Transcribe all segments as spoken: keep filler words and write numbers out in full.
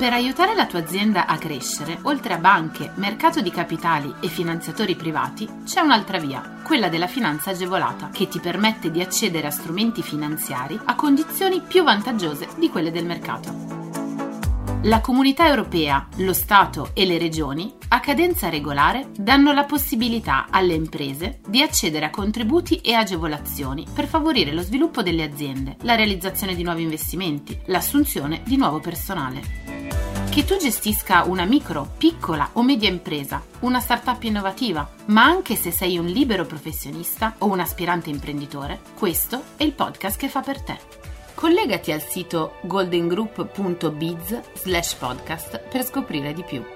Per aiutare la tua azienda a crescere, oltre a banche, mercato di capitali e finanziatori privati, c'è un'altra via, quella della finanza agevolata, che ti permette di accedere a strumenti finanziari a condizioni più vantaggiose di quelle del mercato. La Comunità Europea, lo Stato e le Regioni, a cadenza regolare, danno la possibilità alle imprese di accedere a contributi e agevolazioni per favorire lo sviluppo delle aziende, la realizzazione di nuovi investimenti, l'assunzione di nuovo personale. Che tu gestisca una micro, piccola o media impresa, una startup innovativa, ma anche se sei un libero professionista o un aspirante imprenditore, questo è il podcast che fa per te. Collegati al sito goldengroup punto biz slash podcast per scoprire di più.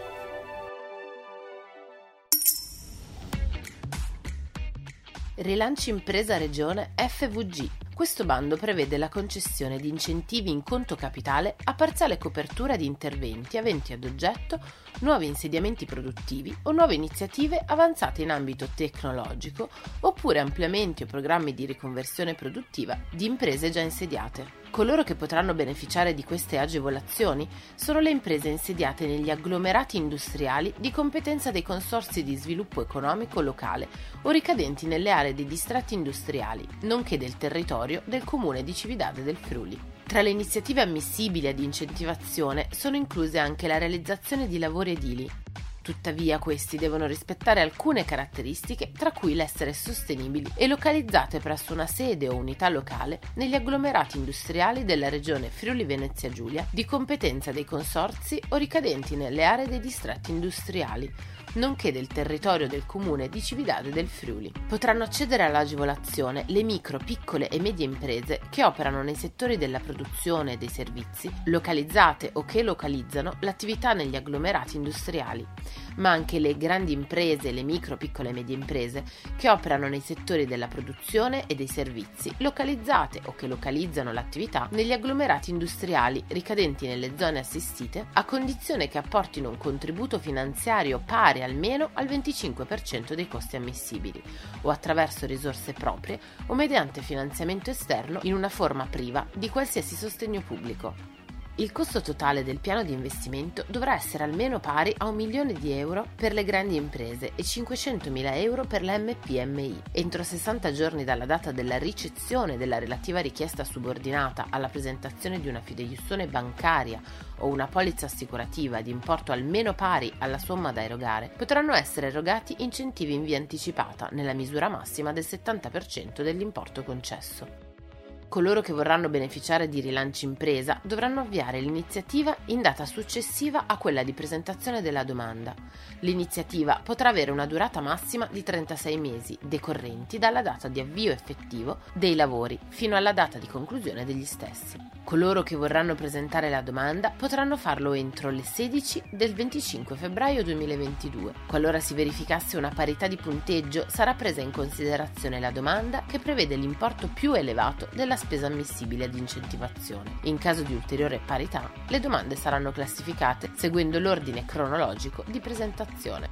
Rilancio Impresa Regione F V G. Questo bando prevede la concessione di incentivi in conto capitale a parziale copertura di interventi aventi ad oggetto nuovi insediamenti produttivi o nuove iniziative avanzate in ambito tecnologico oppure ampliamenti o programmi di riconversione produttiva di imprese già insediate. Coloro che potranno beneficiare di queste agevolazioni sono le imprese insediate negli agglomerati industriali di competenza dei consorzi di sviluppo economico locale o ricadenti nelle aree dei distretti industriali, nonché del territorio del comune di Cividade del Friuli. Tra le iniziative ammissibili ad incentivazione sono incluse anche la realizzazione di lavori edili. Tuttavia questi devono rispettare alcune caratteristiche, tra cui l'essere sostenibili e localizzate presso una sede o unità locale negli agglomerati industriali della regione Friuli Venezia Giulia di competenza dei consorzi o ricadenti nelle aree dei distretti industriali, nonché del territorio del comune di Cividade del Friuli. Potranno accedere all'agevolazione le micro, piccole e medie imprese che operano nei settori della produzione e dei servizi, localizzate o che localizzano l'attività negli agglomerati industriali, ma anche le grandi imprese, le micro, piccole e medie imprese che operano nei settori della produzione e dei servizi, localizzate o che localizzano l'attività negli agglomerati industriali ricadenti nelle zone assistite, a condizione che apportino un contributo finanziario pari almeno al venticinque per cento dei costi ammissibili, o attraverso risorse proprie o mediante finanziamento esterno in una forma priva di qualsiasi sostegno pubblico. Il costo totale del piano di investimento dovrà essere almeno pari a un milione di euro per le grandi imprese e cinquecentomila euro per le M P M I. Entro sessanta giorni dalla data della ricezione della relativa richiesta subordinata alla presentazione di una fideiussione bancaria o una polizza assicurativa di importo almeno pari alla somma da erogare, potranno essere erogati incentivi in via anticipata nella misura massima del settanta per cento dell'importo concesso. Coloro che vorranno beneficiare di Rilancio Impresa dovranno avviare l'iniziativa in data successiva a quella di presentazione della domanda. L'iniziativa potrà avere una durata massima di trentasei mesi, decorrenti dalla data di avvio effettivo dei lavori fino alla data di conclusione degli stessi. Coloro che vorranno presentare la domanda potranno farlo entro le sedici del venticinque febbraio duemilaventidue. Qualora si verificasse una parità di punteggio, sarà presa in considerazione la domanda che prevede l'importo più elevato della spesa ammissibile ad incentivazione. In caso di ulteriore parità, le domande saranno classificate seguendo l'ordine cronologico di presentazione.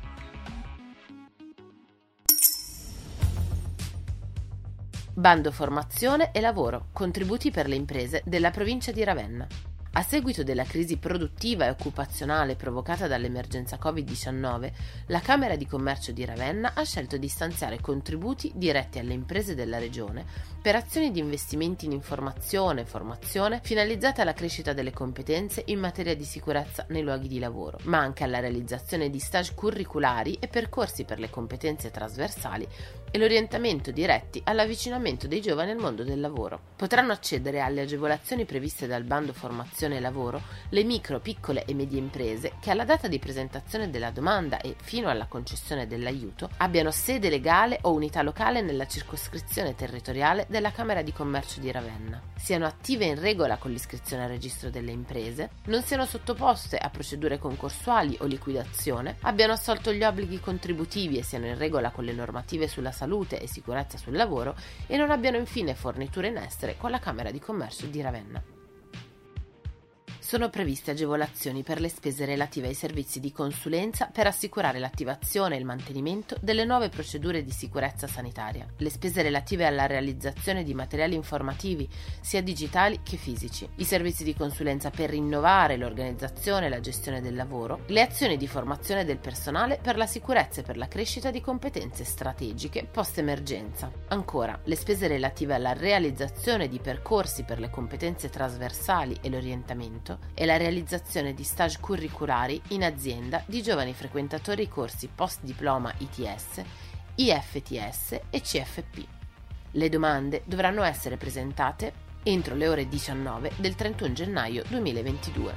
Bando formazione e lavoro, contributi per le imprese della provincia di Ravenna. A seguito della crisi produttiva e occupazionale provocata dall'emergenza covid diciannove, la Camera di Commercio di Ravenna ha scelto di stanziare contributi diretti alle imprese della regione per azioni di investimenti in informazione e formazione finalizzate alla crescita delle competenze in materia di sicurezza nei luoghi di lavoro, ma anche alla realizzazione di stage curriculari e percorsi per le competenze trasversali e l'orientamento diretti all'avvicinamento dei giovani al mondo del lavoro. Potranno accedere alle agevolazioni previste dal bando formazione e lavoro le micro, piccole e medie imprese che alla data di presentazione della domanda e fino alla concessione dell'aiuto abbiano sede legale o unità locale nella circoscrizione territoriale della Camera di Commercio di Ravenna, siano attive in regola con l'iscrizione al registro delle imprese, non siano sottoposte a procedure concorsuali o liquidazione, abbiano assolto gli obblighi contributivi e siano in regola con le normative sulla salute e sicurezza sul lavoro e non abbiano infine forniture in essere con la Camera di Commercio di Ravenna. sono previste agevolazioni per le spese relative ai servizi di consulenza per assicurare l'attivazione e il mantenimento delle nuove procedure di sicurezza sanitaria, le spese relative alla realizzazione di materiali informativi sia digitali che fisici, i servizi di consulenza per rinnovare l'organizzazione e la gestione del lavoro, le azioni di formazione del personale per la sicurezza e per la crescita di competenze strategiche post-emergenza. Ancora, le spese relative alla realizzazione di percorsi per le competenze trasversali e l'orientamento e la realizzazione di stage curriculari in azienda di giovani frequentatori corsi post-diploma I T S, I F T S e C F P. Le domande dovranno essere presentate entro le ore diciannove del trentuno gennaio duemilaventidue.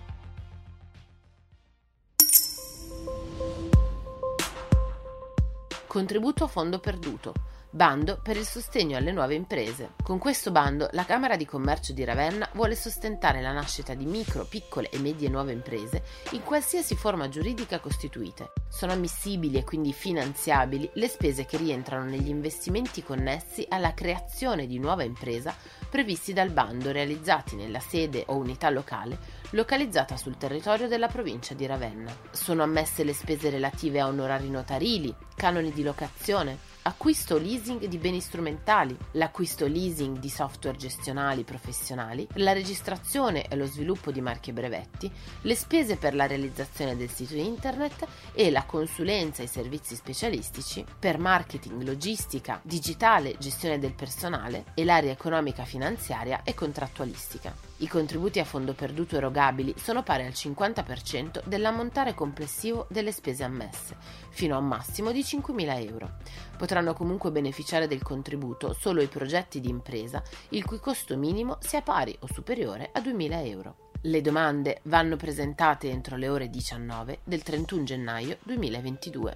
Contributo a fondo perduto. Bando per il sostegno alle nuove imprese. Con questo bando la Camera di Commercio di Ravenna vuole sostentare la nascita di micro, piccole e medie nuove imprese in qualsiasi forma giuridica costituite. Sono ammissibili e quindi finanziabili le spese che rientrano negli investimenti connessi alla creazione di nuova impresa previsti dal bando realizzati nella sede o unità locale localizzata sul territorio della provincia di Ravenna. Sono ammesse le spese relative a onorari notarili, canoni di locazione, acquisto o leasing di beni strumentali, l'acquisto o leasing di software gestionali professionali, la registrazione e lo sviluppo di marchi e brevetti, le spese per la realizzazione del sito internet e la consulenza e servizi specialistici per marketing, logistica, digitale, gestione del personale e l'area economica finanziaria e contrattualistica. I contributi a fondo perduto erogabili sono pari al cinquanta per cento dell'ammontare complessivo delle spese ammesse, fino a un massimo di cinquemila euro. Potranno comunque beneficiare del contributo solo i progetti di impresa il cui costo minimo sia pari o superiore a duemila euro. Le domande vanno presentate entro le ore diciannove del trentuno gennaio duemilaventidue.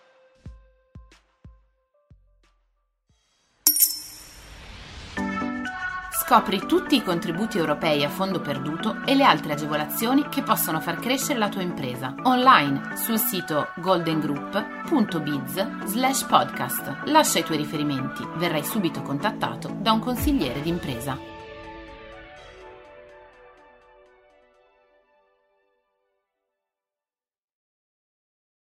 Scopri tutti i contributi europei a fondo perduto e le altre agevolazioni che possono far crescere la tua impresa online sul sito goldengroup punto biz slash podcast. Lascia i tuoi riferimenti, verrai subito contattato da un consigliere d'impresa.